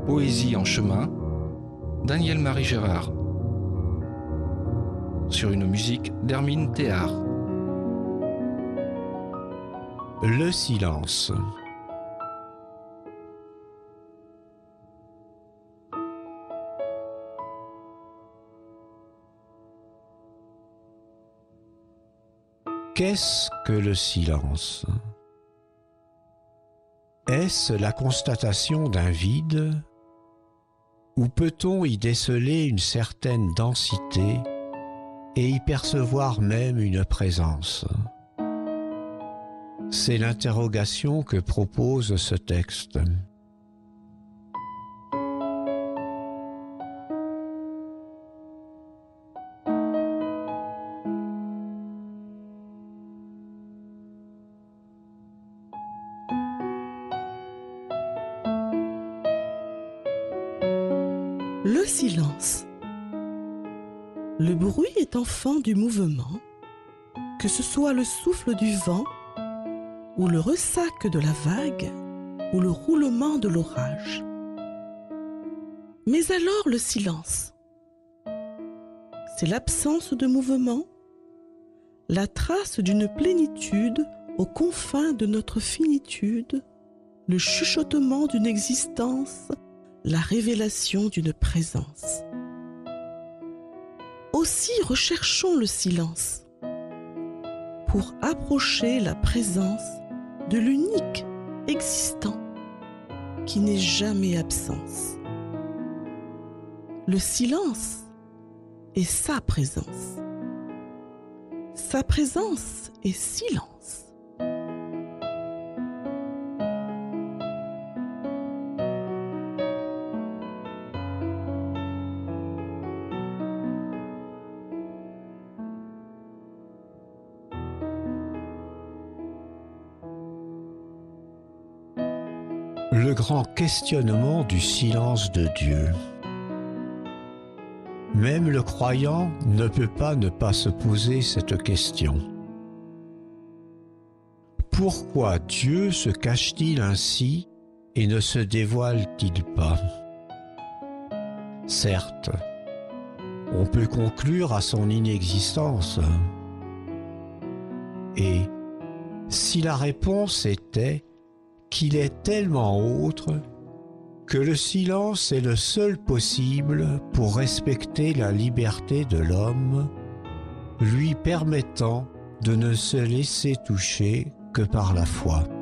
Poésie en chemin, Daniel-Marie Gérard. Sur une musique d'Hermine Théard. Le silence. Qu'est-ce que le silence ? Est-ce la constatation d'un vide ? Ou peut-on y déceler une certaine densité et y percevoir même une présence ? C'est l'interrogation que propose ce texte. Le silence. Le bruit est enfant du mouvement, que ce soit le souffle du vent, ou le ressac de la vague, ou le roulement de l'orage. Mais alors le silence, c'est l'absence de mouvement, la trace d'une plénitude aux confins de notre finitude, le chuchotement d'une existence, la révélation d'une présence. Aussi recherchons le silence pour approcher la présence de l'unique existant qui n'est jamais absence. Le silence est sa présence. Sa présence est silence. Le grand questionnement du silence de Dieu. Même le croyant ne peut pas ne pas se poser cette question. Pourquoi Dieu se cache-t-il ainsi et ne se dévoile-t-il pas ? Certes, on peut conclure à son inexistence. Et si la réponse était qu'il est tellement autre que le silence est le seul possible pour respecter la liberté de l'homme, lui permettant de ne se laisser toucher que par la foi.